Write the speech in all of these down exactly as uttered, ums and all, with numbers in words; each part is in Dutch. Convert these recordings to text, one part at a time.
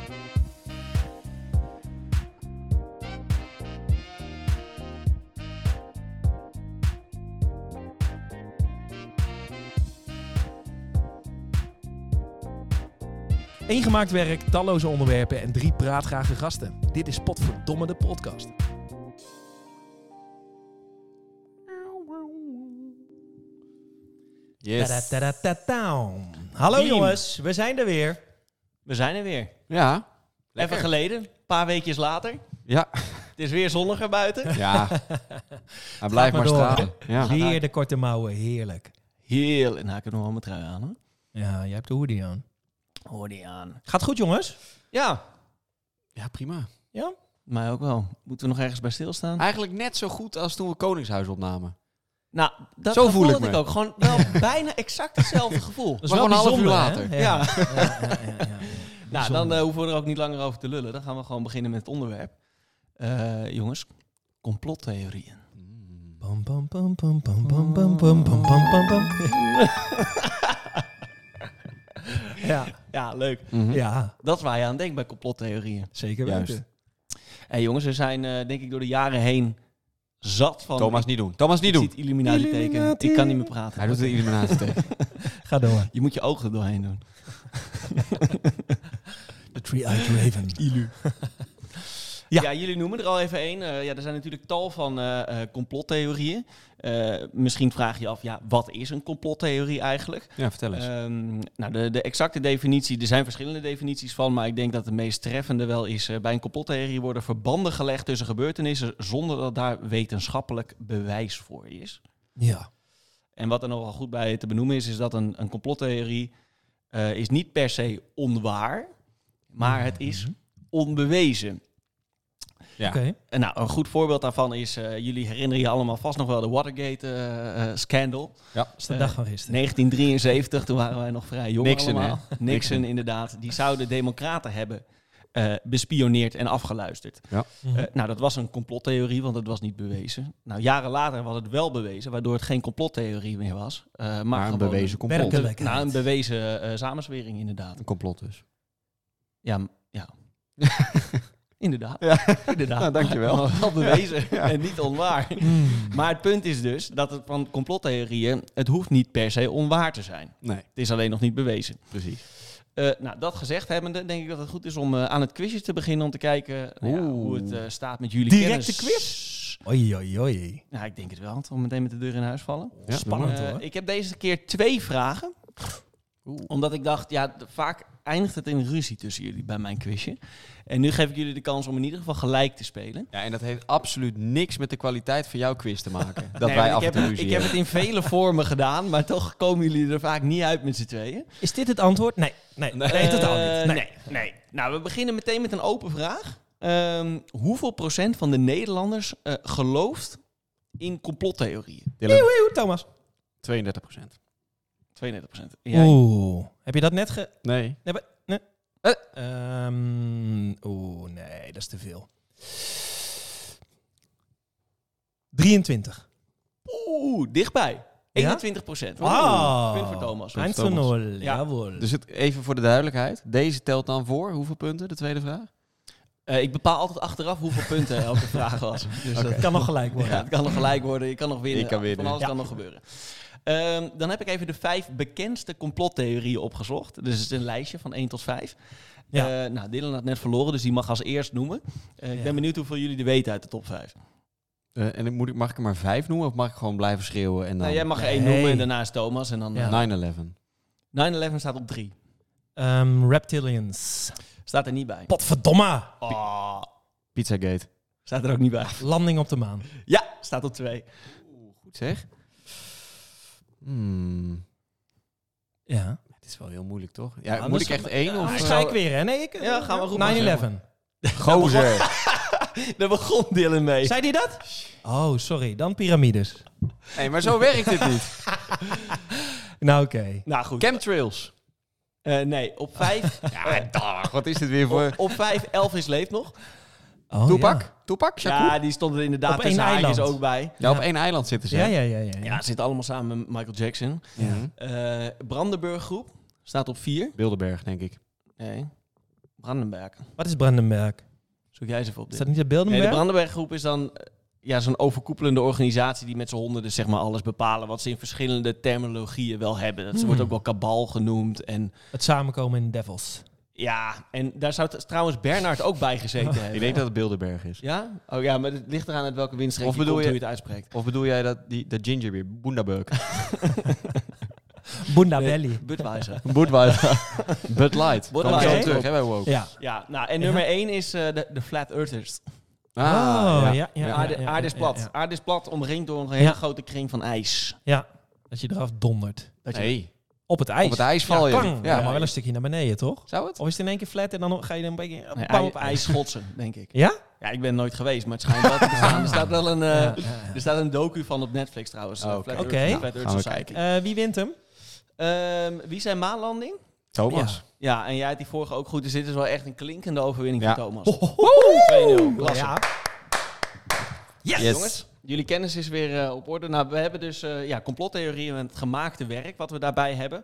Eén gemaakt werk, talloze onderwerpen en drie praatgrage gasten. Dit is Potverdomme de podcast. Yes. Ta-da-ta-da-ta-ta. Hallo Team. jongens, we zijn er weer. We zijn er weer. Ja. Even geleden, een paar weekjes later. Ja. Het is weer zonniger buiten. Ja. Hij blijft maar maar door. stralen. Ja. Weer de korte mouwen, heerlijk. Heel. En nou, ik heb nog wel mijn trui aan, hoor. Ja, jij hebt de hoodie aan. Hoor die aan. Gaat goed jongens? Ja, Ja, prima. Ja? mij ook wel. Moeten we nog ergens bij stilstaan? Eigenlijk net zo goed als toen we Koningshuis opnamen. Nou, dat Zo gevoel voel ik had me. ik ook. Gewoon wel bijna exact hetzelfde gevoel. Dat is Maar wel gewoon een half uur bijzonder, hè? later. Ja. Ja, ja, ja, ja, ja. Nou, dan uh, hoeven we er ook niet langer over te lullen. Dan gaan we gewoon beginnen met het onderwerp. Uh, jongens, complottheorieën. Bam, bam, bam, bam, bam, bam, bam, bam, bam, bam, bam. Ja, Ja, leuk. Mhm. ja, Dat is waar je aan denkt bij complottheorieën. zeker Juist. weten. Hey, jongens, we zijn uh, denk ik door de jaren heen zat van... Thomas niet doen. Thomas niet Ik doen. zie het Illuminati-teken. Illuminati. Ik kan niet meer praten. Hij doet de Illuminati tegen. Ga door. Je moet je ogen er doorheen doen. The Three-Eyed Raven. Ilu. Ja. Ja. jullie noemen er al even één. Uh, ja, er zijn natuurlijk tal van uh, uh, complottheorieën. Uh, misschien vraag je je af, ja, wat is een complottheorie eigenlijk? Ja, vertel eens. Um, nou, de, de exacte definitie, er zijn verschillende definities van, maar ik denk dat de meest treffende wel is, uh, bij een complottheorie worden verbanden gelegd tussen gebeurtenissen zonder dat daar wetenschappelijk bewijs voor is. Ja. En wat er nogal goed bij te benoemen is, is dat een, een complottheorie uh, is niet per se onwaar, maar het is onbewezen. Ja. Oké. Okay. En nou, een goed voorbeeld daarvan is, uh, jullie herinneren je allemaal vast nog wel de Watergate-scandal. Uh, ja. Dat is de dag van gisteren. negentien drieënzeventig, toen waren wij nog vrij jong Nixon, allemaal. hè? Nixon, Nixon. inderdaad. Die zouden democraten hebben uh, bespioneerd en afgeluisterd. Ja. Mm-hmm. Uh, nou, dat was een complottheorie, want het was niet bewezen. Nou, jaren later was het wel bewezen, waardoor het geen complottheorie meer was. Uh, maar Maar een gewoon bewezen complot. werkelijk. Nou, een bewezen uh, samenzwering, inderdaad. Een complot dus. Ja, m- ja. Inderdaad. Ja. Inderdaad. Nou, dankjewel. Maar wel bewezen Ja. en niet onwaar. Mm. Maar het punt is dus dat het van complottheorieën, het hoeft niet per se onwaar te zijn. Nee, Het is alleen nog niet bewezen. precies. Uh, nou, dat gezegd hebbende, denk ik dat het goed is om uh, aan het quizje te beginnen. Om te kijken nou ja, Oeh. hoe het uh, staat met jullie Directe kennis. quiz? Oei, oei, oei. Nou, ik denk het wel. Het zal meteen met de deur in huis vallen. Ja, Spannend Uh, hoor. ik heb deze keer twee vragen. Oeh. Omdat ik dacht, ja, d- vaak eindigt het in ruzie tussen jullie bij mijn quizje. En nu geef ik jullie de kans om in ieder geval gelijk te spelen. Ja, en dat heeft absoluut niks met de kwaliteit van jouw quiz te maken. Dat Nee, wij want af en ik toe heb, ruzie Ik heb het hebben. in vele vormen gedaan, maar toch komen jullie er vaak niet uit met z'n tweeën. Is dit het antwoord? Nee, nee, nee, Eh, totaal niet. Nee. nee, nee. Nou, we beginnen meteen met een open vraag. Um, hoeveel procent van de Nederlanders uh, gelooft in complottheorieën? Dylan, Eeuw, eeuw, Thomas. tweeëndertig procent. tweeëndertig procent. Oeh. Heb je dat net ge... Nee. Nee, maar- nee. Uh. Um, Oeh, nee, dat is te veel. drieëntwintig. Oeh, dichtbij. eenentwintig procent. Ah. Punt voor Thomas. Punt. eins zu Thomas. nul. Ja. Jawohl. Dus het, even voor de duidelijkheid. Deze telt dan voor hoeveel punten? De tweede vraag? Uh, ik bepaal altijd achteraf hoeveel punten elke vraag was. Dus Oké. dat kan nog gelijk worden. Ja, het kan nog gelijk worden, je kan nog winnen. Je kan winnen. Van alles Ja. kan nog gebeuren. Um, dan heb ik even de vijf bekendste complottheorieën opgezocht. Dus het is een lijstje van één tot vijf. Ja. Uh, nou, Dylan had net verloren, dus die mag als eerst noemen. Uh, ik Ja. ben benieuwd hoeveel jullie er weten uit de top vijf. Uh, en dan moet ik, mag ik er maar vijf noemen of mag ik gewoon blijven schreeuwen? En dan Nou, jij mag er Nee. één noemen en daarna is Thomas. En dan Ja. uh, nine eleven. nine eleven staat op drie. Um, reptilians. Staat er niet bij. Potverdomme. Oh, Pizzagate. staat er ook niet bij. Landing op de maan. Ja, staat op twee. Goed zeg. Hmm. Ja. Het is wel heel moeilijk, toch? Ja, Ja, moet dus- ik echt één? Ja, Of, Ah, ik uh, zou- ga ik weer, hè? Nee, ik... Ja, gaan we goed maar nine eleven. Gozer. Daar begon Dylan mee. Zei die dat? Oh, sorry. Dan piramides. Nee, maar zo werkt dit niet. Nou, oké. Okay. Nou goed. Chemtrails. Uh, nee, op vijf. Ja, dag. Wat is dit weer voor... op, op vijf, Elvis leeft nog. Oh, Toepak? ja. Toepak? Shakur? Ja, die stonden er inderdaad Op één tussen haakjes eiland. ook bij. Ja, op één eiland zitten ze. Ja, ja, ja. ja, ja. Ja, ze zitten allemaal samen met Michael Jackson. Ja. Uh, Brandenburg groep staat op vier. Bilderberg, denk ik. Nee. Brandenberg. Wat is Brandenberg? Zoek jij eens even op Is dit. dat niet de Nee, Bilderberg? de Brandenberg-groep is dan uh, ja, zo'n overkoepelende organisatie die met z'n honderden zeg maar alles bepalen wat ze in verschillende terminologieën wel hebben. Dat Hmm. wordt ook wel kabal genoemd. En Het samenkomen in Devils. ja, en daar zou t- trouwens Bernhard ook bij gezeten hebben. Ik denk dat het Bilderberg is. Ja? Oh ja, maar het ligt eraan uit welke windstreek Of je bedoel komt, je- hoe je het uitspreekt. Of bedoel jij dat die, dat gingerbeer, Bundaberg? Bunda Belly. Budweiser. Budweiser. Bud Light. Bud Komen we Light. zo terug, hè, bij Woke. Ja. Ja, nou, en nummer één is uh, de, de Flat Earthers. Ah, Oh, ja. ja, ja, ja. Aarde, aarde is plat. ja, ja. Aarde is plat, omringd door een hele Ja. grote kring van ijs. Ja, dat je eraf dondert. Dat je, Nee, Op het ijs. op het ijs val je. Ja, kan. Ja. Ja, maar wel een stukje naar beneden, toch? Zou het? Of is het in één keer flat en dan ga je er een beetje Nee, bam op ijs schotsen, denk ik. Ja? Ja, ik ben nooit geweest, maar het schijnt wel te bestaan. Er staat wel een, uh, Ja, ja, ja. er staat een docu van op Netflix trouwens. Oh, uh, oké. Flat Oké. Earth, Nou, Flat Earth gaan we Society. Eh, wie wint hem? Ehm, wie zijn maanlanding? Thomas. Ja, en jij had die vorige ook goed. Dus dit is wel echt een klinkende overwinning Ja. voor Thomas. twee nul. Klasse. Ja. Yes! Yes. Jongens, jullie kennis is weer uh, op orde. Nou, we hebben dus uh, ja, complottheorieën en het gemaakte werk wat we daarbij hebben.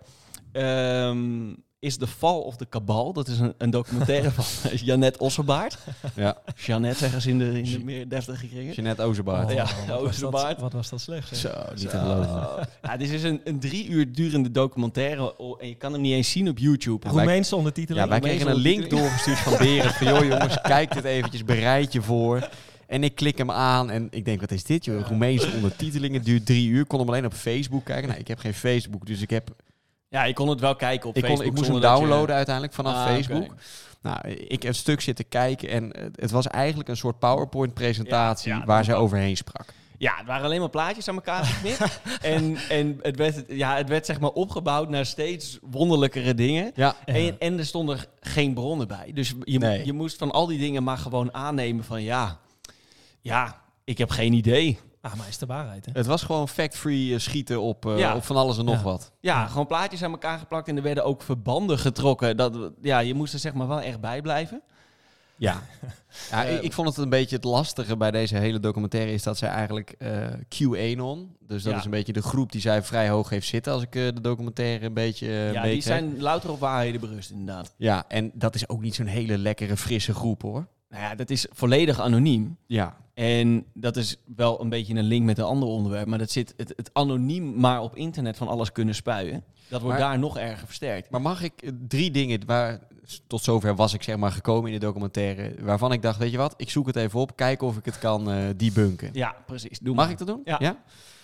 Um, is The Fall of the Cabal. Dat is een, een documentaire van Jeannette Ossenbaard. Ja. Jeannette zeggen ze in de, in de meer deftige kringen. Jeanette Ozenbaard. Ja, wat, was Oosterbaard. dat, wat was dat slecht? hè? Zo, niet te Zo. geloven. Ja, dit is een, een drie uur durende documentaire. Oh, en je kan hem niet eens zien op YouTube. Roemeense ondertiteling. Ja, wij kregen een link doorgestuurd van Berend. Van, joh jongens, kijk dit eventjes, bereid je voor. En ik klik hem aan en ik denk, wat is dit joh? Roemeense ondertiteling, het duurt drie uur. Ik kon hem alleen op Facebook kijken. Nou, ik heb geen Facebook, dus ik heb... Ja, je kon het wel kijken op Ik, kon, Facebook. ik moest hem zonder dat je- downloaden uiteindelijk vanaf Ah, Facebook. oké. Nou, ik heb een stuk zitten kijken en eh, het was eigenlijk een soort PowerPoint-presentatie Ja, ja, waar dat zij wel. overheen sprak. Ja, het waren alleen maar plaatjes aan elkaar geknipt. en en het, werd, ja, het werd zeg maar opgebouwd naar steeds wonderlijkere dingen. Ja, En, en er stonden geen bronnen bij. Dus je, Nee. je moest van al die dingen maar gewoon aannemen van ja, ja, ik heb geen idee. Ah, maar is de waarheid, hè? het was gewoon fact-free eh, schieten op, eh, Ja. op van alles en nog Ja. wat. Ja, gewoon plaatjes aan elkaar geplakt en er werden ook verbanden getrokken. Dat, ja, je moest er zeg maar wel echt bij blijven. Ja, ja ik, ik vond het een beetje het lastige bij deze hele documentaire is dat zij eigenlijk eh QAnon, dus dat Ja. is een beetje de groep die zij vrij hoog heeft zitten als ik eh, de documentaire een beetje eh ja, die meekreeg. zijn louter op waarheden berust inderdaad. Ja, en dat is ook niet zo'n hele lekkere, frisse groep hoor. Nou ja, dat is volledig anoniem. Ja, En dat is wel een beetje een link met een ander onderwerp. Maar dat zit het, het anoniem maar op internet van alles kunnen spuien. Dat wordt Maar- daar nog erger versterkt. maar mag ik eh, drie dingen waar tot zover was ik zeg maar gekomen in de documentaire waarvan ik dacht, weet je wat, ik zoek het even op, kijken of ik het kan eh debunken. Ja, precies. Doe Mag maar. ik dat doen? Ja.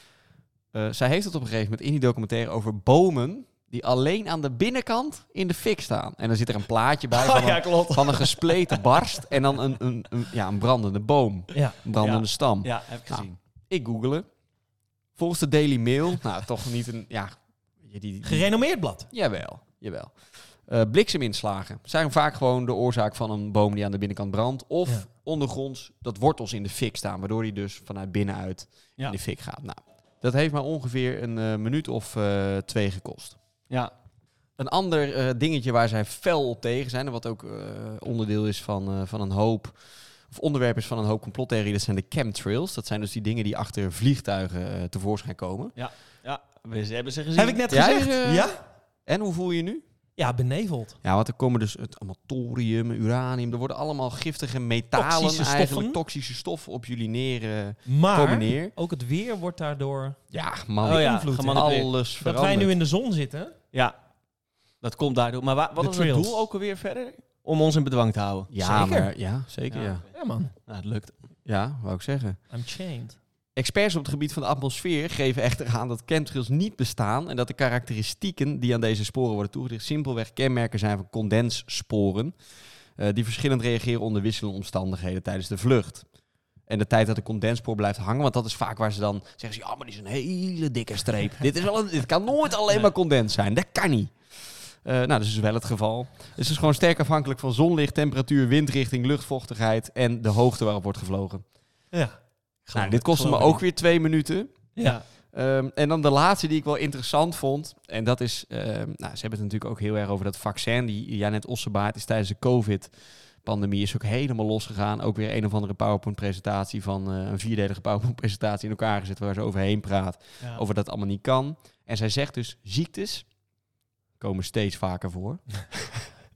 Eh, zij heeft het op een gegeven moment in die documentaire over bomen die alleen aan de binnenkant in de fik staan. En dan zit er een plaatje bij van, Oh, ja, een, klopt. van een gespleten barst en dan een, een, een, ja, een brandende boom, Ja. een brandende Ja. stam. Ja, heb ik Nou, gezien. Ik googelen. Volgens de Daily Mail, nou toch niet een, ja, die, die, die- Gerenommeerd blad. jawel, jawel. Eh, blikseminslagen zijn vaak gewoon de oorzaak van een boom die aan de binnenkant brandt. Of Ja. ondergronds dat wortels in de fik staan, waardoor die dus vanuit binnenuit Ja. in de fik gaat. Nou, dat heeft mij ongeveer een eh, minuut of eh, twee gekost. Ja. Een ander eh, dingetje waar zij fel op tegen zijn, en wat ook eh, onderdeel is van, eh, van een hoop, of onderwerp is van een hoop complottheorieën, dat zijn de chemtrails. Dat zijn dus die dingen die achter vliegtuigen eh, tevoorschijn komen. Ja, we hebben ze gezien. Heb ik net Ja, gezegd. eh, ja? En hoe voel je je nu? Ja, beneveld. Ja, want er komen dus het allemaal thorium, uranium, er worden allemaal giftige metalen Toxische eigenlijk, stoffen. toxische stoffen op jullie neer, eh, Maar komen neer. ook het weer wordt daardoor... Ja, man, Oh ja, invloed, hè? gemanipuleerd. alles Dat verandert. wij nu in de zon zitten. Ja, dat komt daardoor. Maar wa- wat De is het trails. doel ook alweer verder? Om ons in bedwang te houden. Ja, Zeker. maar, ja, zeker, ja. Ja, man. Nou, het lukt. Ja, wou ik zeggen. I'm chained. Experts op het gebied van de atmosfeer geven echter aan dat chemtrails niet bestaan en dat de karakteristieken die aan deze sporen worden toegedicht simpelweg kenmerken zijn van condenssporen, uh, die verschillend reageren onder wisselende omstandigheden tijdens de vlucht. En de tijd dat de condensspoor blijft hangen, want dat is vaak waar ze dan zeggen, ze, ja, maar die is een hele dikke streep. dit, is wel een, dit kan nooit alleen maar condens zijn, dat kan niet. Uh, nou, dat is dus wel het geval. Dus het is gewoon sterk afhankelijk van zonlicht, temperatuur, windrichting, luchtvochtigheid en de hoogte waarop wordt gevlogen. Ja. Nou, dit kostte me geloof ook weer twee minuten. Ja. Um, en dan de laatste die ik wel interessant vond. En dat is, um, nou, ze hebben het natuurlijk ook heel erg over dat vaccin. Die Jeannette Ossenbaard is tijdens de COVID-pandemie is ook helemaal losgegaan. Ook weer een of andere PowerPoint-presentatie van uh, een vierdelige PowerPoint-presentatie in elkaar gezet waar ze overheen praat. Ja. Over dat het allemaal niet kan. En zij zegt dus, ziektes komen steeds vaker voor.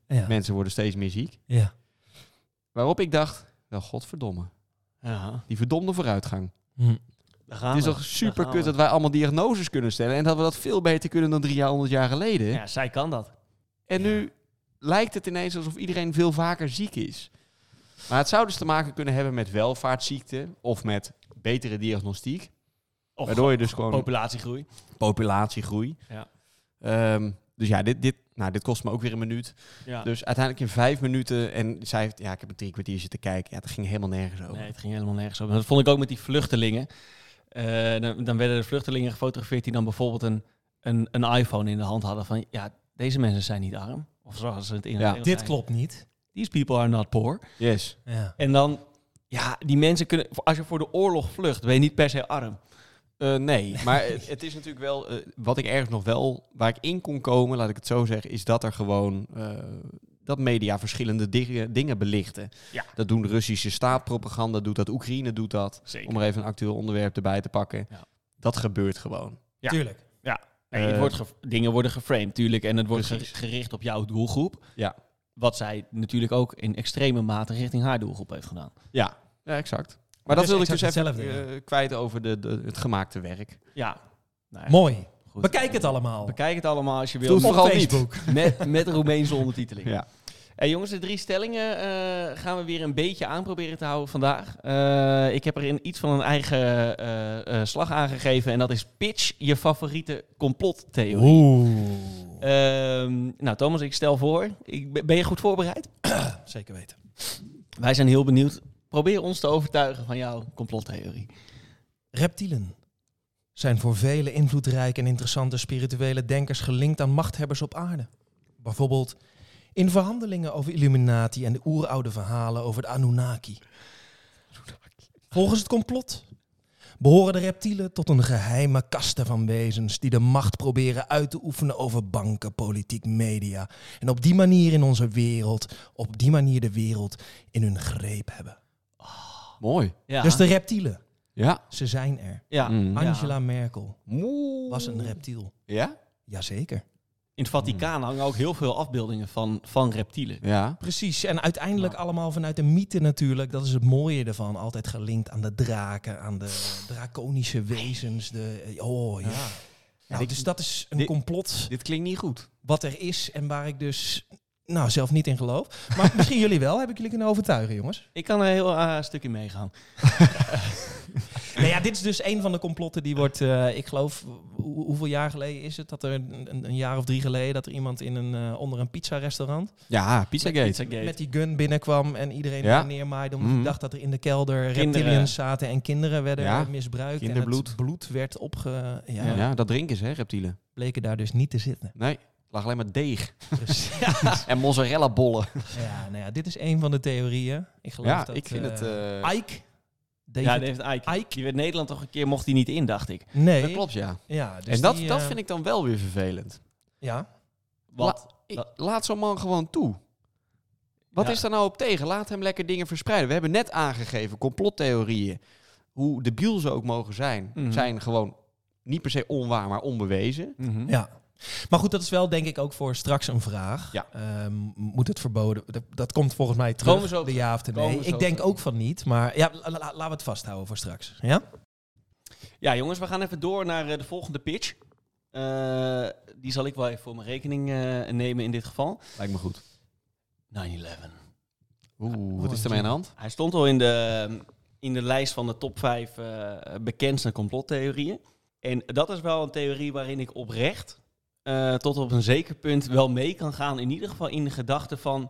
Ja. Mensen worden steeds meer ziek. Ja. Waarop ik dacht, wel godverdomme. Ja, Die verdomde vooruitgang. Hm. daar gaan Het is we. toch super Daar gaan kut we. dat wij allemaal diagnoses kunnen stellen. En dat we dat veel beter kunnen dan driehonderd jaar geleden. Ja, zij kan dat. En nu lijkt het ineens alsof iedereen veel vaker ziek is. Maar het zou dus te maken kunnen hebben met welvaartsziekten of met betere diagnostiek. Of Waardoor je dus gewoon populatiegroei. populatiegroei. Ja. Ehm, dus ja, dit, dit, nou, dit kost me ook weer een minuut. Ja. Dus uiteindelijk in vijf minuten. En zij heeft, ja, ik heb een drie kwartier zitten kijken. Ja, dat ging helemaal nergens over. Nee, het ging helemaal nergens over. Dat vond ik ook met die vluchtelingen. Uh, dan, dan werden de vluchtelingen gefotografeerd die dan bijvoorbeeld een, een, een iPhone in de hand hadden. Van ja, deze mensen zijn niet arm. Of zoals ze het in het Ja. Engels Dit zeiden. klopt niet. These people are not poor. Yes. Ja. En dan, ja, die mensen kunnen... Als je voor de oorlog vlucht, ben je niet per se arm. Uh, nee, maar het, het is natuurlijk wel... Uh, wat ik ergens nog wel... Waar ik in kon komen, laat ik het zo zeggen... is dat er gewoon... Uh, dat media verschillende dingen, dingen belichten. Ja. Dat doen de Russische staatpropaganda, doet dat. Oekraïne doet dat. Zeker. Om er even een actueel onderwerp erbij te pakken. Ja. Dat gebeurt gewoon. Ja. Tuurlijk. Nee, het Uh, wordt ge- dingen worden geframed, tuurlijk. En het wordt Precies. ge- gericht op jouw doelgroep. Ja. Wat zij natuurlijk ook in extreme mate richting haar doelgroep heeft gedaan. Ja, ja exact. Maar dat Dus wilde ik dus exact even hetzelfde, uh, kwijt over de, de, het gemaakte werk. Ja. Nou ja, Mooi. goed. Bekijk het allemaal. Bekijk het allemaal als je Doe wil. het Op vooral Facebook. Met, met Roemeense ondertiteling. Ja. Hey jongens, de drie stellingen eh, gaan we weer een beetje aan proberen te houden vandaag. Uh, ik heb er in iets van een eigen uh, uh, slag aangegeven. En dat is pitch je favoriete complottheorie. Oeh. Uh, nou Thomas, ik stel voor. Ik, ben je goed voorbereid? Zeker weten. Wij zijn heel benieuwd. Probeer ons te overtuigen van jouw complottheorie. Reptielen zijn voor vele invloedrijke en interessante spirituele denkers gelinkt aan machthebbers op aarde. Bijvoorbeeld in verhandelingen over Illuminati en de oeroude verhalen over de Anunnaki. Volgens het complot behoren de reptielen tot een geheime kaste van wezens die de macht proberen uit te oefenen over banken, politiek, media. En op die manier in onze wereld, op die manier de wereld in hun greep hebben. Mooi. Ja. Dus de reptielen, Ja. ze zijn er. ja. Mm. Angela Merkel Moe. was een reptiel. Ja? Jazeker. In het Vaticaan hangen ook heel veel afbeeldingen van, van reptielen. Ja. Precies, en uiteindelijk Ja. allemaal vanuit de mythe natuurlijk. Dat is het mooie ervan. Altijd gelinkt aan de draken, aan de draconische wezens. De, oh ja. Nou, dit- dus dat is een dit- complot Dit klinkt niet goed. wat er is en waar ik dus nou, zelf niet in geloof. Maar misschien jullie wel. Heb ik jullie kunnen overtuigen, jongens? Ik kan er heel uh, stuk in meegaan. Nou ja, dit is dus een van de complotten die wordt, uh, ik geloof, hoe- hoeveel jaar geleden is het? Dat er een, een- een jaar of drie geleden, dat er iemand in een, uh, onder een pizza-restaurant Ja, Pizzagate. Pizzagate. met die gun binnenkwam en iedereen Ja. er neermaaide. Omdat Mhm. hij dacht dat er in de kelder Kinderen. reptilians zaten en kinderen werden Ja. misbruikt. Kinderbloed. En het bloed werd opge... Ja, Ja. Ja, dat drinken ze, hè, reptielen. bleken daar dus niet te zitten. Nee, het lag alleen maar deeg. Dus, En mozzarella bollen. ja, nou ja, dit is een van de theorieën. Ik geloof Ja, dat... ik vind uh, het... eh, Ike? David, Ja, David Icke. Icke? Die werd Nederland toch een keer, mocht hij niet in, dacht ik. Nee. dat klopt, ja. Ja, dus en dat, die, dat uh, vind ik dan wel weer vervelend. Ja. Wat? La- ik- laat zo'n man gewoon toe. Wat Ja. is daar nou op tegen? Laat hem lekker dingen verspreiden. We hebben net aangegeven, complottheorieën, hoe debiel ze ook mogen zijn, Mhm. zijn gewoon niet per se onwaar, maar onbewezen. Mhm. Ja. Maar goed, dat is wel denk ik ook voor straks een vraag. Ja. Ehm, moet het verboden? Dat, dat komt volgens mij Komen terug, we zo de op ja of de Komen nee. we zo Ik op denk terug. ook van niet, maar ja, la- la- laten we het vasthouden voor straks. Ja? Ja, jongens, we gaan even door naar uh, de volgende pitch. Uh, die zal ik wel even voor mijn rekening uh, nemen in dit geval. Lijkt me goed. nine eleven. Oeh, wat is er mee aan de hand? Hij stond al in de, in de lijst van de top vijf uh, bekendste complottheorieën. En dat is wel een theorie waarin ik oprecht uh, tot op een zeker punt wel mee kan gaan. In ieder geval in de gedachte van...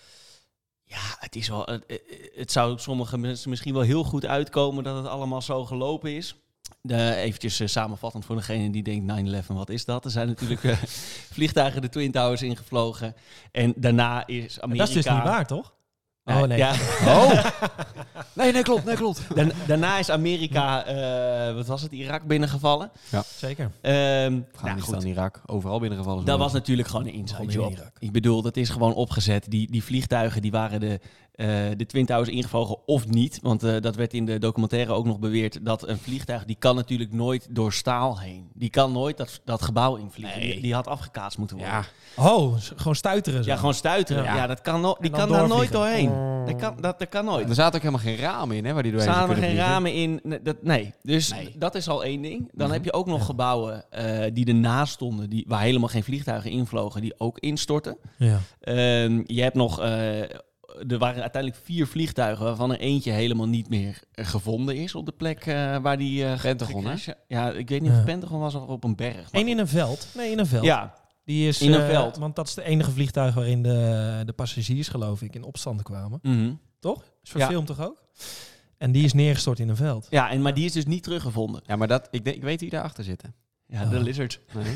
Ja, het is wel. Het, het zou sommige mensen misschien wel heel goed uitkomen dat het allemaal zo gelopen is. De, eventjes uh, samenvattend voor degene die denkt nine eleven, wat is dat? Er zijn natuurlijk uh, vliegtuigen de Twin Towers ingevlogen. En daarna is Amerika... Dat is dus niet waar, toch? Oh nee. Ja. Oh. Nee, nee, klopt. Nee, klopt. Dan, daarna is Amerika, uh, wat was het, Irak binnengevallen. Zeker. Um, Afghanistan, nou, Irak, overal binnengevallen. Dat was natuurlijk gewoon een inside job. Ik bedoel, dat is gewoon opgezet. Die, die vliegtuigen die waren de, uh, de Twin Towers ingevlogen of niet. Want uh, dat werd in de documentaire ook nog beweerd dat een vliegtuig, die kan natuurlijk nooit door staal heen. Die kan nooit dat, dat gebouw invliegen. Nee. Die, die had afgekaatst moeten worden. Ja. Oh, gewoon stuiteren zo. Ja, gewoon stuiteren. Ja, ja dat kan no- die kan daar nooit doorheen. Oh. Dat, kan, dat, dat kan nooit. Er zaten ook helemaal geen ramen in, hè, waar die doorheen zou kunnen vliegen. Er zaten geen ramen in. Nee, dat, nee. dus nee. dat is al één ding. Dan mm-hmm. heb je ook nog ja. gebouwen uh, die ernaast stonden, die, waar helemaal geen vliegtuigen invlogen, die ook instorten. Ja. Um, je hebt nog... Uh, er waren uiteindelijk vier vliegtuigen, waarvan er eentje helemaal niet meer gevonden is op de plek uh, waar die... Uh, Pentagon, hè? Ja, ik weet niet ja. of het Pentagon was of op een berg. Eén in een veld. Nee, in een veld. Ja. Die is, in een veld. Uh, want dat is de enige vliegtuig waarin de, de passagiers, geloof ik, in opstand kwamen. Mm-hmm. Toch? Is verfilmd ja. toch ook? En die is neergestort in een veld. Ja, en, maar die is dus niet teruggevonden. Ja, maar dat, ik, denk, ik weet wie daarachter zitten. Ja, de oh. Lizards. Nee.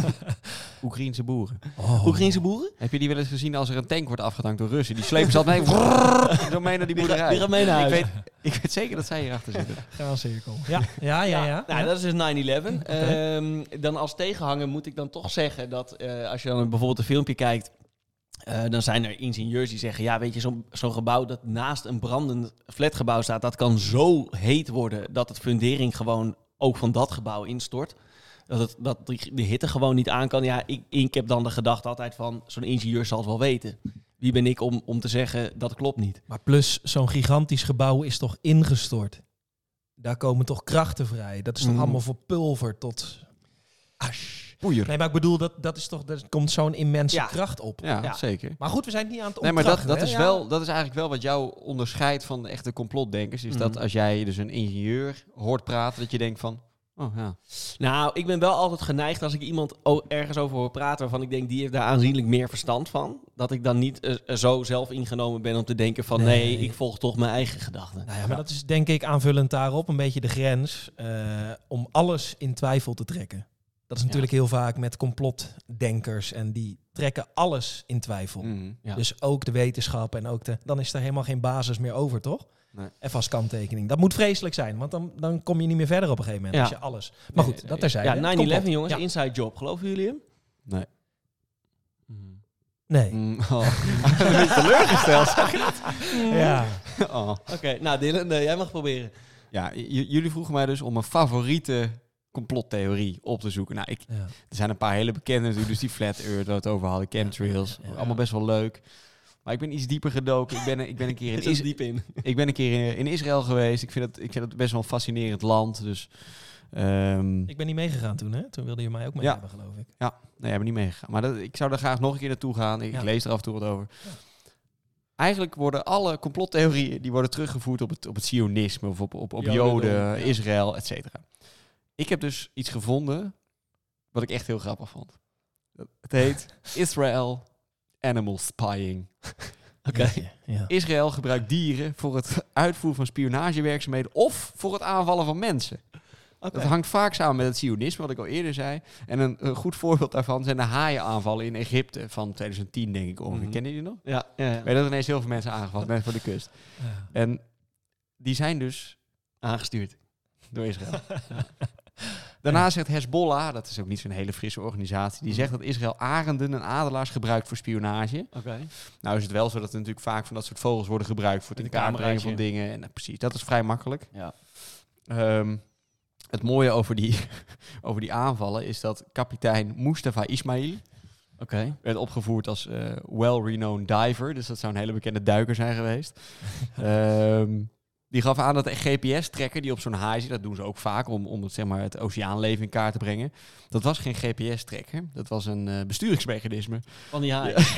Oekraïense boeren. Oh. Oekraïense boeren? Heb je die wel eens gezien als er een tank wordt afgedankt door Russen? Die slepen ze altijd mee, zo mee naar die boerderij. Die gaat mee naar huis. Ik weet, ik weet zeker dat zij hierachter zitten. Gaan cirkel. Ja, ja, ja. ja. ja. Nou, dat is dus nine eleven. Okay. Um, dan als tegenhanger moet ik dan toch zeggen dat uh, als je dan bijvoorbeeld een filmpje kijkt, Uh, dan zijn er ingenieurs die zeggen, ja, weet je, zo'n, zo'n gebouw dat naast een brandend flatgebouw staat, dat kan zo heet worden dat het fundering gewoon ook van dat gebouw instort. Dat, het, dat die, de hitte gewoon niet aan kan. Ja, ik, ik heb dan de gedachte altijd van, zo'n ingenieur zal het wel weten. Wie ben ik om, om te zeggen, dat klopt niet. Maar plus, zo'n gigantisch gebouw is toch ingestort? Daar komen toch krachten vrij? Dat is toch mm. allemaal verpulverd tot ash? Poeier. Nee, maar ik bedoel, dat, dat is toch, er komt zo'n immense ja. kracht op. Ja, ja, zeker. Maar goed, we zijn het niet aan het Nee, maar dat, dat, hè? is Ja. wel, dat is eigenlijk wel wat jou onderscheidt van de echte complotdenkers. Is mm. dat als jij dus een ingenieur hoort praten, dat je denkt van, oh ja. Nou, ik ben wel altijd geneigd als ik iemand ergens over hoor praten waarvan ik denk, die heeft daar aanzienlijk meer verstand van. Dat ik dan niet uh, zo zelf ingenomen ben om te denken van, nee, nee ik volg toch mijn eigen gedachten. Nou ja, maar dat is denk ik aanvullend daarop een beetje de grens uh, om alles in twijfel te trekken. Dat is natuurlijk ja. heel vaak met complotdenkers en die trekken alles in twijfel. Mm, ja. Dus ook de wetenschap en ook de... Dan is er helemaal geen basis meer over, toch? Nee. Even als kanttekening. Dat moet vreselijk zijn, want dan, dan kom je niet meer verder op een gegeven moment. Ja. Als je alles... Maar goed, dat terzijde. Ja, nine eleven jongens, ja. Inside job. Geloven jullie hem? Nee. Nee. Mm, oh. Een beetje teleurgesteld, zag je dat? Ja. Oh. Oké, okay, nou Dylan, uh, jij mag proberen. Ja, j- jullie vroegen mij dus om een favoriete complottheorie op te zoeken. Nou, ik, ja. er zijn een paar hele bekende natuurlijk, dus die Flat Earth, waar we het over hadden, chemtrails, ja, ja, ja. allemaal best wel leuk. Maar ik ben iets dieper gedoken. Ik ben, ik ben een keer in, Is- diep in. ik ben een keer in, in Israël geweest. Ik vind, het, ik vind het best wel een fascinerend land. Dus, um... ik ben niet meegegaan toen, hè? Toen wilde je mij ook mee ja. hebben, geloof ik. Ja, nee, ik ben niet meegegaan. Maar dat, ik zou daar graag nog een keer naartoe gaan. Ik, ja. ik lees er af en toe wat over. Ja. Eigenlijk worden alle complottheorieën die worden teruggevoerd op het, op het Zionisme of op, op, op Joden, Joden ja. Israël, et cetera. Ik heb dus iets gevonden wat ik echt heel grappig vond. Het heet Israel Animal Spying. Oké. Okay. Ja, ja. Israël gebruikt dieren voor het uitvoeren van spionagewerkzaamheden of voor het aanvallen van mensen. Okay. Dat hangt vaak samen met het Zionisme, wat ik al eerder zei. En een, een goed voorbeeld daarvan zijn de haaienaanvallen in Egypte van twintig tien, denk ik ongeveer. Mm-hmm. Kennen jullie nog? Ja. ja, ja. Weet dat er ineens heel veel mensen aangevallen, mensen voor de kust. Ja. En die zijn dus aangestuurd door Israël. Ja. Daarna zegt Hezbollah, dat is ook niet zo'n hele frisse organisatie, die zegt dat Israël arenden en adelaars gebruikt voor spionage. Okay. Nou is het wel zo dat er natuurlijk vaak van dat soort vogels worden gebruikt voor het in kaart brengen van dingen. En uh, precies, dat is vrij makkelijk. Ja. Um, het mooie over die, over die aanvallen is dat kapitein Mustafa Ismail okay. werd opgevoerd als uh, well-renowned diver. Dus dat zou een hele bekende duiker zijn geweest. um, Die gaf aan dat een G P S-trekker die op zo'n haai zit, dat doen ze ook vaak om, om het, zeg maar, het oceaanleven in kaart te brengen. Dat was geen G P S-trekker, dat was een uh, besturingsmechanisme. Van die haai. Ja.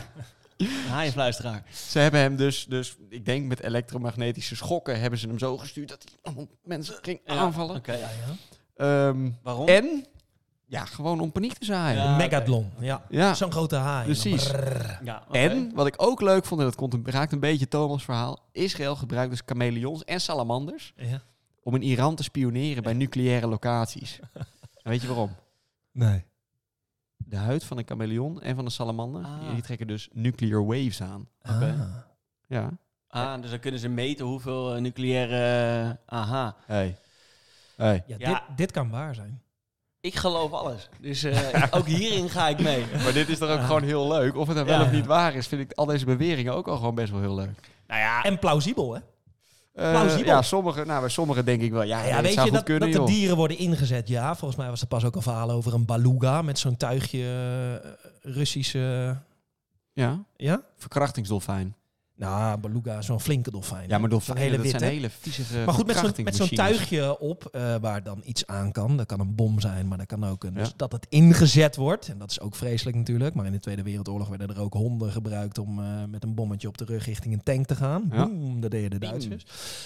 Een haaienfluisteraar. Ze hebben hem dus, dus, ik denk met elektromagnetische schokken, hebben ze hem zo gestuurd dat hij allemaal mensen ging ja. aanvallen. Okay, ja, ja. Um, Waarom? En... Ja, gewoon om paniek te zaaien. Ja, Megathlon, okay. ja. ja. Zo'n grote haai. Precies. Ja, okay. En, wat ik ook leuk vond, en dat komt, raakt een beetje Thomas' verhaal. Israël gebruikt dus chameleons en salamanders ja. om in Iran te spioneren bij nucleaire locaties. En weet je waarom? Nee. De huid van een chameleon en van een salamander, ah. die trekken dus nuclear waves aan. Okay. Ah. Ja. Ah, dus dan kunnen ze meten hoeveel uh, nucleaire... Uh, aha. Hey. Hey. Ja, Ja. Dit, dit kan waar zijn. Ik geloof alles. Dus uh, ook hierin ga ik mee. Maar dit is toch ook Ja. gewoon heel leuk. Of het nou wel Ja, of ja. niet waar is, vind ik al deze beweringen ook al gewoon best wel heel leuk. Nou ja, En plausibel, hè? Uh, Plausibel. ja, sommige, nou, bij sommigen denk ik wel. Ja, Ja, nee, ja het weet zou je goed dat, kunnen, dat de joh. dieren worden ingezet? Ja, volgens mij was er pas ook een verhaal over een beluga met zo'n tuigje uh, Russische... Ja, Ja? verkrachtingsdolfijn. Nou, beluga is zo'n flinke dolfijn. Ja, maar Zo'n dolfijnen, dat witte. zijn hele viezige Maar goed, met zo'n, met zo'n verkrachtingsmachines. tuigje op uh, waar dan iets aan kan. Dat kan een bom zijn, maar dat kan ook een... Ja. Dus dat het ingezet wordt. En dat is ook vreselijk natuurlijk. Maar in de Tweede Wereldoorlog werden er ook honden gebruikt om uh, met een bommetje op de rug richting een tank te gaan. Ja. Boem, dat deden de Duitsers.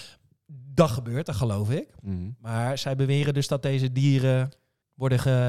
Dat gebeurt, dat geloof ik. Mm. Maar zij beweren dus dat deze dieren worden ge...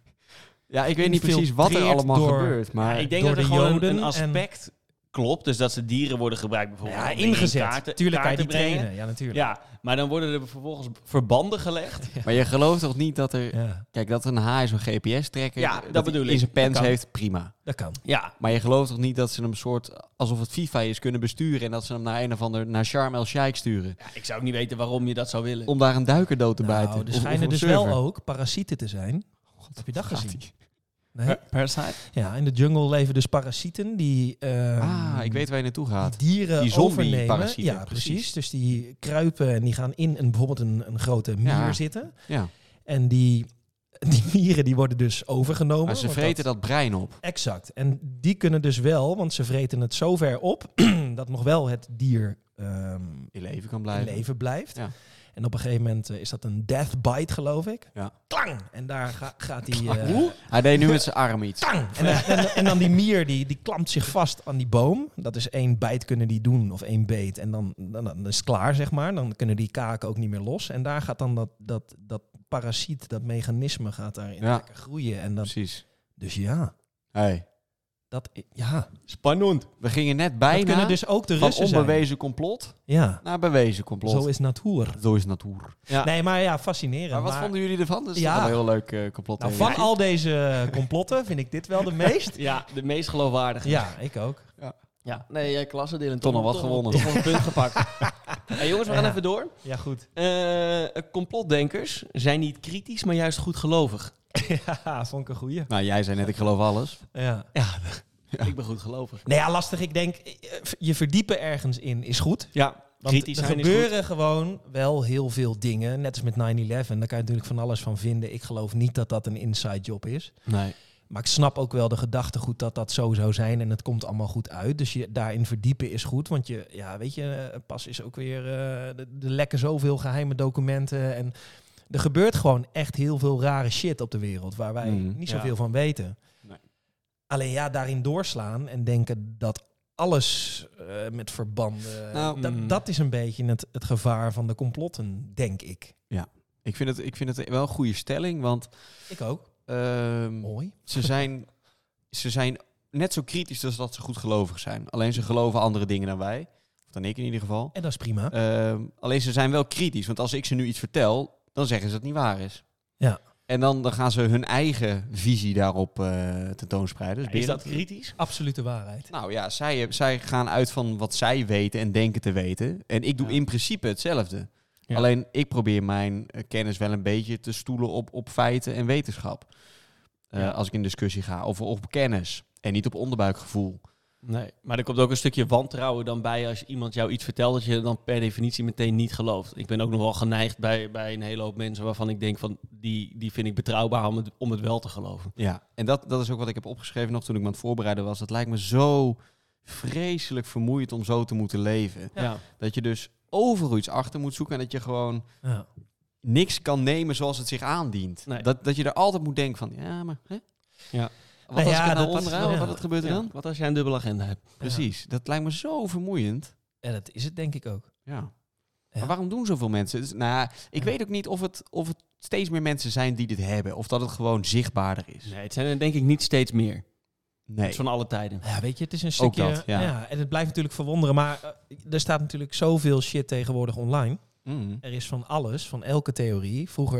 Ja, ik weet niet precies wat er Geïnfiltreerd allemaal door- gebeurt. Maar ik denk door dat er de gewoon een, Joden een aspect klopt. Dus dat ze dieren worden gebruikt bijvoorbeeld. ja, om dingen in ingezet. kaarten- Tuurlijk kan je die kaart te brengen. trainen. Ja, natuurlijk. Ja, maar dan worden er vervolgens verbanden gelegd. Maar je gelooft toch niet dat er... Ja, Kijk, dat een H is een G P S-trekker. Ja, dat hij bedoel in ik. zijn pens Dat kan. heeft, prima. dat kan. Ja, Maar je gelooft toch niet dat ze hem een soort... alsof het FIFA is, kunnen besturen... en dat ze hem naar een of ander... naar Sharm el-Sheikh sturen. ja, ik zou ook niet weten waarom je dat zou willen. Om daar een duiker dood te bijten. Nou, er Of- of schijnen een dus server. wel ook parasieten te zijn. Heb je dat Gaat gezien? ie. Nee? Parasite? Ja, in de jungle leven dus parasieten die... ehm, Ah, ik weet waar je naartoe gaat. Die dieren Die overnemen. zombie-parasieten, Ja, precies. precies. Dus die kruipen en die gaan in een, bijvoorbeeld een, een grote mier Ja. zitten. Ja. En die, die mieren die worden dus overgenomen. Maar ze want vreten dat brein op. Exact. En die kunnen dus wel, want ze vreten het zo ver op... dat nog wel het dier ehm, In leven kan in blijven. leven blijft. Ja. En op een gegeven moment eh, is dat een death bite, geloof ik. Ja. Klang! En daar ga- gaat die... eh, Hoe? Hij deed nu met zijn arm iets. Tang! En, dan- en, en dan die mier, die, die klampt zich vast aan die boom. Dat is één bijt kunnen die doen, of één beet. En dan, dan, dan is het klaar, zeg maar. Dan kunnen die kaken ook niet meer los. En daar gaat dan dat, dat, dat parasiet, dat mechanisme gaat daarin Ja. lekker groeien. En dat, Precies. dus ja, Hey. dat, ja. Spannend. We gingen net Dat bijna kunnen dus ook de van Russen zijn. onbewezen complot Ja, naar bewezen complot. zo is natuur. Zo is natuur. Ja. Nee, maar ja, fascinerend. Maar wat Maar- vonden jullie ervan? Dat is Ja. toch wel een heel leuk uh, complot. Nou, theorie. van al deze complotten vind ik dit wel de meest. Ja, de meest geloofwaardige. Ja, ik ook. Ja, nee, uh, klasse Dylan. Toch nog wat gewonnen. Toch nog een punt gepakt. Hey, jongens, we gaan Ja. even door. Ja, goed. Uh, complotdenkers zijn niet kritisch, maar juist goedgelovig. Ja, vond ik een goeie. Nou, jij zei net, ik geloof alles. Ja. Ja, ik ben goedgelovig. Nou ja, lastig. Ik denk, eh, je verdiepen ergens in is goed. Ja, Want kritisch er zijn is gebeuren gewoon wel heel veel dingen. Net als met nine eleven. Daar kan je natuurlijk van alles van vinden. Ik geloof niet dat dat een inside job is. goed. Nee. Maar ik snap ook wel de gedachtegoed dat dat zo zou zijn. En het komt allemaal goed uit. Dus je daarin verdiepen is goed. Want je, ja, weet je, eh, pas is ook weer... eh, er er lekken zoveel geheime documenten. En er gebeurt gewoon echt heel veel rare shit op de wereld. Waar wij Mhm. niet Ja. zoveel van weten. Nee. Alleen ja, daarin doorslaan en denken dat alles eh, met verbanden... Nou, dat, mm. dat is een beetje het, het gevaar van de complotten, denk ik. Ik vind het, ik vind het wel een goede stelling, want Ik ook. ehm, Mooi. ze, zijn, ze zijn net zo kritisch als dat ze goed gelovig zijn. Alleen ze geloven andere dingen dan wij. Of dan ik in ieder geval. En dat is prima. Ehm, alleen ze zijn wel kritisch, want als ik ze nu iets vertel, dan zeggen ze dat het niet waar is. Ja. En dan, dan gaan ze hun eigen visie daarop uh, tentoonspreiden. Dus Is dat Berend- kritisch? Absolute waarheid. Nou ja, zij, zij gaan uit van wat zij weten en denken te weten. En ik doe Ja. in principe hetzelfde. Ja. Alleen ik probeer mijn uh, kennis wel een beetje te stoelen op, op feiten en wetenschap. Uh, Ja. Als ik in discussie ga. Of op kennis. En niet op onderbuikgevoel. Nee, maar er komt ook een stukje wantrouwen dan bij als iemand jou iets vertelt dat je dan per definitie meteen niet gelooft. Ik ben ook nog wel geneigd bij, bij een hele hoop mensen waarvan ik denk van die, die vind ik betrouwbaar om het, om het wel te geloven. Ja, en dat, dat is ook wat ik heb opgeschreven nog toen ik me aan het voorbereiden was. Het lijkt me zo vreselijk vermoeiend om zo te moeten leven. Ja. Dat je dus overal iets achter moet zoeken en dat je gewoon Ja. niks kan nemen zoals het zich aandient. Nee. Dat, dat je er altijd moet denken van, ja, maar... Hè? Ja. Wat Nou als ja, ik het nou dat- onderhoud? ja. Wat, wat gebeurt er Ja, dan? wat als jij een dubbele agenda hebt? Precies, dat lijkt me zo vermoeiend. En dat is het denk ik ook. Ja. Ja. Maar waarom doen zoveel mensen? Dus, nou, ja, ik Ja. weet ook niet of het, of het steeds meer mensen zijn die dit hebben. Of dat het gewoon zichtbaarder is. Nee, het zijn er denk ik niet steeds meer. Het Nee. is van alle tijden. Ja, weet je, het is een Ook stukje... dat, ja. En het blijft natuurlijk verwonderen. Maar eh, er staat natuurlijk zoveel shit tegenwoordig online. Mm. Er is van alles, van elke theorie. Vroeger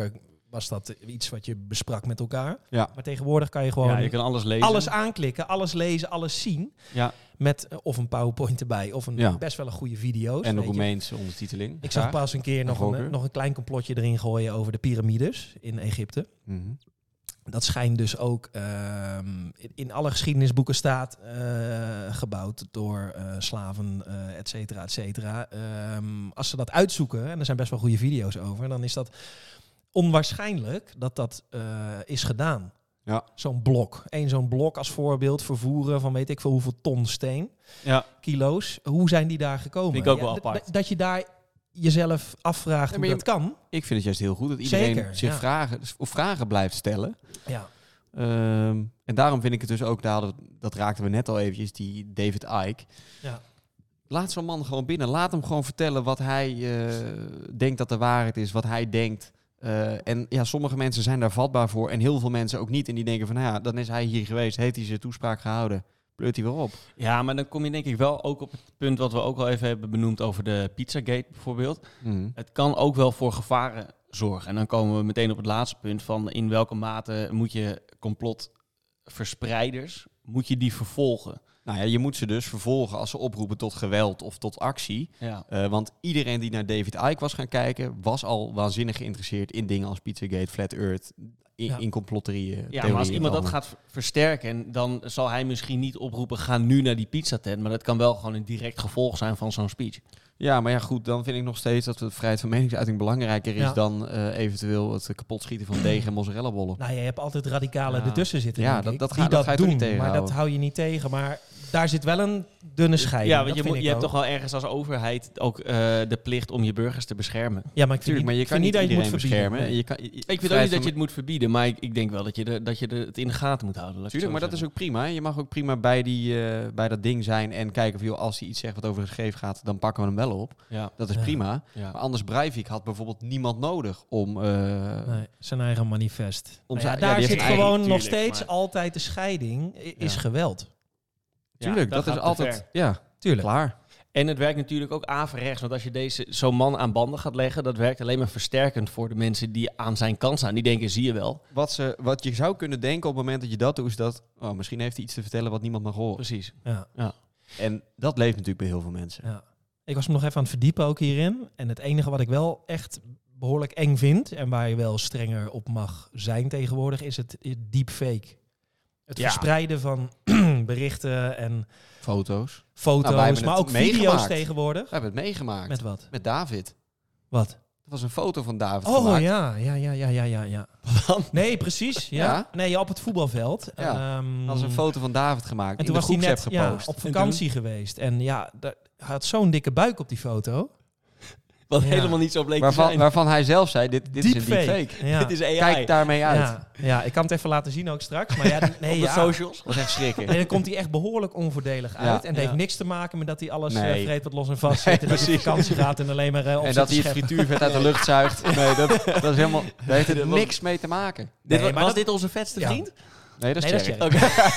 was dat iets wat je besprak met elkaar. Ja. Maar tegenwoordig kan je gewoon Ja, je kan alles lezen. alles aanklikken, alles lezen, alles zien. Ja. Met uh, of een PowerPoint erbij of een Ja. best wel een goede video's. En de weet je. Roemeense ondertiteling. Ik zag Graag. pas een keer nog Roger. een, nog een klein complotje erin gooien over de piramides in Egypte. Mhm. Dat schijnt dus ook um, in, in alle geschiedenisboeken staat uh, gebouwd door uh, slaven, uh, et cetera, et cetera. Um, als ze dat uitzoeken, en er zijn best wel goede video's over, dan is dat onwaarschijnlijk dat dat uh, is gedaan. Ja. Zo'n blok. Eén zo'n blok als voorbeeld vervoeren van weet ik veel hoeveel ton steen, Ja. kilo's. Hoe zijn die daar gekomen? Vind ik ook wel d- apart. d- Dat je daar jezelf afvraagt Nee, hoe maar dat kan. Ik vind het juist heel goed dat iedereen Zeker, zich ja. vragen, of vragen blijft stellen. Ja. Um, en daarom vind ik het dus ook, daar hadden we- dat raakten we net al eventjes, die David Icke. Ja. Laat zo'n man gewoon binnen. Laat hem gewoon vertellen wat hij uh, denkt dat de waarheid is, wat hij denkt. Uh, en ja, sommige mensen zijn daar vatbaar voor en heel veel mensen ook niet. En die denken van, nou ja, dan is hij hier geweest, heeft hij zijn toespraak gehouden. Pleurt hij weer op. Ja, maar dan kom je denk ik wel ook op het punt wat we ook al even hebben benoemd over de Pizzagate bijvoorbeeld. Mm. Het kan ook wel voor gevaren zorgen. En dan komen we meteen op het laatste punt van in welke mate moet je complotverspreiders, moet je die vervolgen? Nou ja, je moet ze dus vervolgen als ze oproepen tot geweld of tot actie. Ja. Uh, want iedereen die naar David Icke was gaan kijken, was al waanzinnig geïnteresseerd in dingen als Pizzagate, Flat Earth, in, Ja. in complottheorieën. Ja, maar als iemand dat gaat versterken, dan zal hij misschien niet oproepen, ga nu naar die pizzatent. Maar dat kan wel gewoon een direct gevolg zijn van zo'n speech. Ja, maar ja goed, dan vind ik nog steeds dat de vrijheid van meningsuiting belangrijker is Ja. dan uh, eventueel het kapotschieten van deeg en mozzarella bollen. Nou, je hebt altijd radicalen Ja. ertussen zitten, Ja, denk dat- ik, dat ga- die dat dat, ga je toch doen. niet Maar dat tegenhouden? hou je niet tegen. Maar daar zit wel een dunne scheiding. Ja, want dat je, vind moet, ik je hebt ook. toch wel ergens als overheid ook uh, de plicht om je burgers te beschermen. Ja, maar ik vind Tuurlijk, maar je ik kan vind niet dat je het iedereen moet verbieden. beschermen. Nee. Je kan, je- Ik vind ook vrijheid niet dat je van- het moet verbieden, maar ik, ik denk wel dat je, de, dat je de, het in de gaten moet houden. laat ik Tuurlijk, het maar zo dat is ook prima. Je mag ook prima bij, die, uh, bij dat ding zijn en kijken of joh, als hij iets zegt wat over het gegeven gaat, dan pakken we hem wel op. zeggen. Ja. Dat is Ja. prima. Ja. Maar anders Breivik had bijvoorbeeld niemand nodig om... Uh, Nee, zijn eigen manifest. Om Nou ja, zijn- ja, daar die zit heeft een gewoon eigen- nog tuurlijk, steeds maar- altijd de scheiding, i- is Ja. geweld. Tuurlijk, Ja, dat, gaat is te altijd... ver. Ja, Tuurlijk. klaar. En het werkt natuurlijk ook averechts. Want als je deze zo'n man aan banden gaat leggen, dat werkt alleen maar versterkend voor de mensen die aan zijn kant staan. Die denken, zie je wel. Wat, ze, wat je zou kunnen denken op het moment dat je dat doet, is dat... Oh, misschien heeft hij iets te vertellen wat niemand mag horen. Precies. Ja, En dat leeft natuurlijk bij heel veel mensen. ja. Ik was me nog even aan het verdiepen ook hierin. En het enige wat ik wel echt behoorlijk eng vind, en waar je wel strenger op mag zijn tegenwoordig, is het is deepfake. Het Ja. verspreiden van berichten en Foto's. foto's, Nou, wij hebben maar het ook video's meegemaakt. tegenwoordig. We hebben het meegemaakt. Met, Met wat? met David. Wat? Dat was een foto van David Oh gemaakt. ja, ja, ja, ja, ja, ja, ja. Nee, precies. Ja. Ja. Nee, op het voetbalveld. Ja. Ehm, Dat was een foto van David gemaakt. En in toen de was hij groepsapp net ja, gepost. op vakantie geweest. En ja, daar- hij had zo'n dikke buik op die foto. Wat Ja. helemaal niet zo bleek te Waarvan, zijn. waarvan hij zelf zei, dit, dit is een Deepfake. deepfake. Ja. Dit is A I. Kijk daarmee uit. Ja, ja, ik kan het even laten zien ook straks. Maar ja, nee, Op de ja. socials. Dat was echt schrikken. Nee, dan komt hij echt behoorlijk onvoordelig Ja. uit. En het heeft Ja. niks te maken met dat hij alles Nee. nee. vreet wat los en vast Nee, zit. En dat hij op precies. vakantie gaat en alleen maar uh, op En zit dat te hij het scheppen. frituurvet uit de lucht zuigt. Nee, dat, dat is helemaal... Daar heeft het Dit was- niks mee te maken. Dit Nee, was maar was dat- dit onze vetste Ja. vriend? Nee, dat is Nee, dat is Thierry.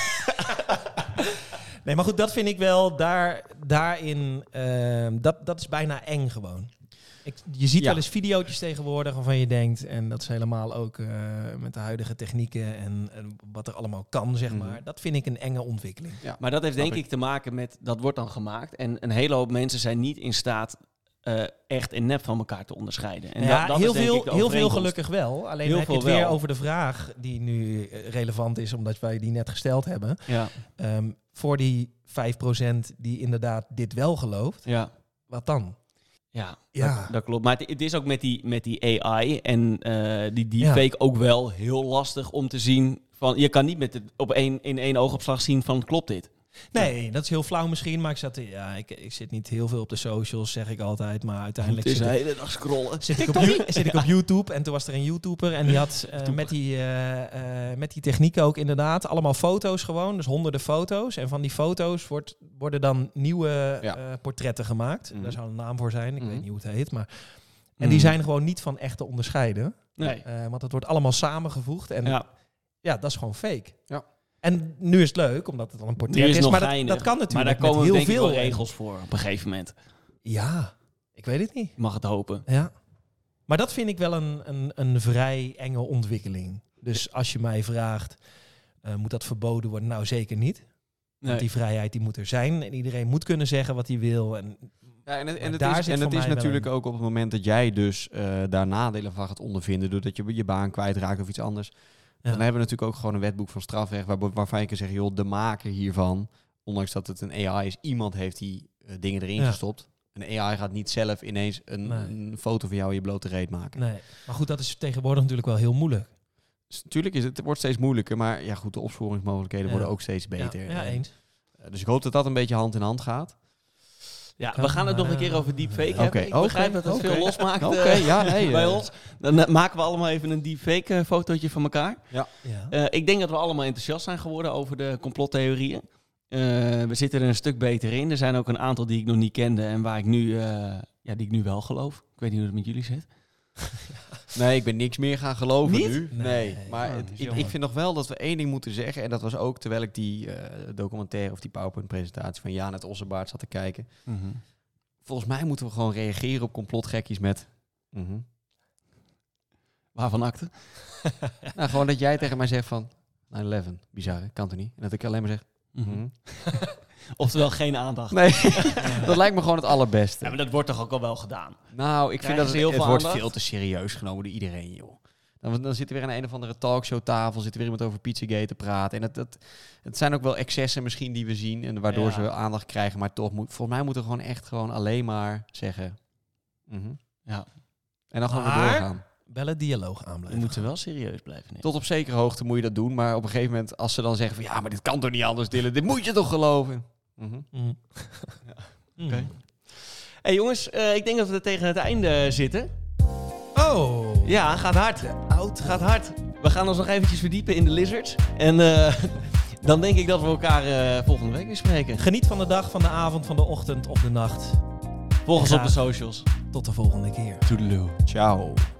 Jerry. Nee, maar goed, dat vind ik wel daar, daarin... ehm, dat, dat is bijna eng gewoon. Ik, je ziet Ja. wel eens video's tegenwoordig waarvan je denkt... en dat is helemaal ook eh, met de huidige technieken en, en wat er allemaal kan, zeg Mhm. maar. Dat vind ik een enge ontwikkeling. Ja. Maar dat heeft denk Snap ik te maken met, dat wordt dan gemaakt. En een hele hoop mensen zijn niet in staat eh, echt en nep van elkaar te onderscheiden. En ja, dat, dat heel, is denk veel, ik de heel veel overeenkomst. gelukkig wel. Alleen Heel heb je het veel weer wel. over de vraag die nu eh, relevant is... omdat wij die net gesteld hebben. Ja, Ehm, voor die vijf procent die inderdaad dit wel gelooft, ja. wat dan? Ja, Ja. Dat, dat klopt. Maar het, het is ook met die, met die A I en eh, die deepfake ook wel heel lastig om te zien. Van, je kan niet met het op één, in één oogopslag zien van klopt dit. Nee, dat is heel flauw misschien, maar ik, zat, ja, ik, ik zit niet heel veel op de socials, zeg ik altijd. Maar uiteindelijk Het is zit, de ik, hele dag scrollen. zit, ik op, You- zit ik op YouTube en toen was er een YouTuber en die had eh, met, die, eh, eh, met die techniek ook inderdaad allemaal foto's gewoon. Dus honderden foto's. En van die foto's wordt, worden dan nieuwe Ja. eh, portretten gemaakt. Mhm. Daar zou een naam voor zijn, ik Mhm. weet niet hoe het heet. Maar, en Mhm. die zijn gewoon niet van echt te onderscheiden. Nee. Eh, want het wordt allemaal samengevoegd en ja. Ja. dat is gewoon fake. Ja. En nu is het leuk, omdat het al een Nu portret is is, het nog maar dat, geinig. dat kan Maar natuurlijk daar komen met heel denk ik veel wel regels voor op een gegeven moment. Ja, ik weet het niet. Je mag het hopen. Ja. Maar dat vind ik wel een, een, een vrij enge ontwikkeling. Dus als je mij vraagt, uh, moet dat verboden worden? Nou, zeker niet. Nee. Want die vrijheid die moet er zijn. En iedereen moet kunnen zeggen wat hij wil. En, ja, en het, en het is, en het is natuurlijk een... ook op het moment dat jij dus uh, daar nadelen van gaat ondervinden, doordat je je baan kwijtraakt of iets anders. Ja. Dan hebben we natuurlijk ook gewoon een wetboek van strafrecht waar, waarvan je kan zeggen, joh, de maker hiervan, ondanks dat het een A I is, iemand heeft die uh, dingen erin ja. gestopt. Een A I gaat niet zelf ineens een, nee. een foto van jou in je blote reet maken. Nee, maar goed, dat is tegenwoordig natuurlijk wel heel moeilijk. Dus natuurlijk is het, het wordt steeds moeilijker, maar ja goed, de opsporingsmogelijkheden ja. worden ook steeds beter. Ja, ja eens. Uh, dus ik hoop dat dat een beetje hand in hand gaat. Ja, we gaan het nog een keer over deepfake okay. hebben. Ik okay. begrijp dat het okay. veel losmaakt okay. uh, ja, nee, bij uh. ons. Dan uh, maken we allemaal even een deepfake uh, fotootje van elkaar. Ja. Ja. Uh, ik denk dat we allemaal enthousiast zijn geworden over de complottheorieën. Uh, we zitten er een stuk beter in. Er zijn ook een aantal die ik nog niet kende en waar ik nu, uh, ja, die ik nu wel geloof. Ik weet niet hoe het met jullie zit. Nee, ik ben niks meer gaan geloven niet? nu. Nee, nee. maar oh, het, ik, ik vind nog wel dat we één ding moeten zeggen. En dat was ook terwijl ik die uh, documentaire of die PowerPoint-presentatie van Jaan het Ossenbaard zat te kijken. Mm-hmm. Volgens mij moeten we gewoon reageren op complotgekkies met... Mm-hmm. Waarvan akte? Nou, gewoon dat jij tegen mij zegt van... nine eleven, bizar, hè? Kan toch niet? En dat ik alleen maar zeg... Mm-hmm. Oftewel geen aandacht. Nee, dat lijkt me gewoon het allerbeste. Ja, maar dat wordt toch ook al wel gedaan? Nou, ik Krijgen vind dat heel het, het wordt wordt veel te serieus genomen door iedereen, joh. Dan, dan zit er weer aan een of andere talkshowtafel, zit er weer iemand over Pizzagate te praten. En het, het, het zijn ook wel excessen misschien die we zien en waardoor ja. ze aandacht krijgen. Maar toch, moet, volgens mij moeten we gewoon echt gewoon alleen maar zeggen... Mm-hmm. Ja. En dan gaan we doorgaan. Wel een dialoog aan blijven. Je moet er wel serieus blijven nemen. Tot op zekere hoogte moet je dat doen. Maar op een gegeven moment, als ze dan zeggen van... ja, maar dit kan toch niet anders, Dylan? Dit moet je toch geloven? Mm-hmm. Mm. Ja. Oké. Okay. Hey jongens, uh, ik denk dat we er tegen het einde zitten. Oh. Ja, gaat hard. Oud, gaat hard. We gaan ons nog eventjes verdiepen in de lizards. En uh, dan denk ik dat we elkaar uh, volgende week weer spreken. Geniet van de dag, van de avond, van de ochtend of de nacht. Volg ons op de socials. Tot de volgende keer. Toedeloe. Ciao.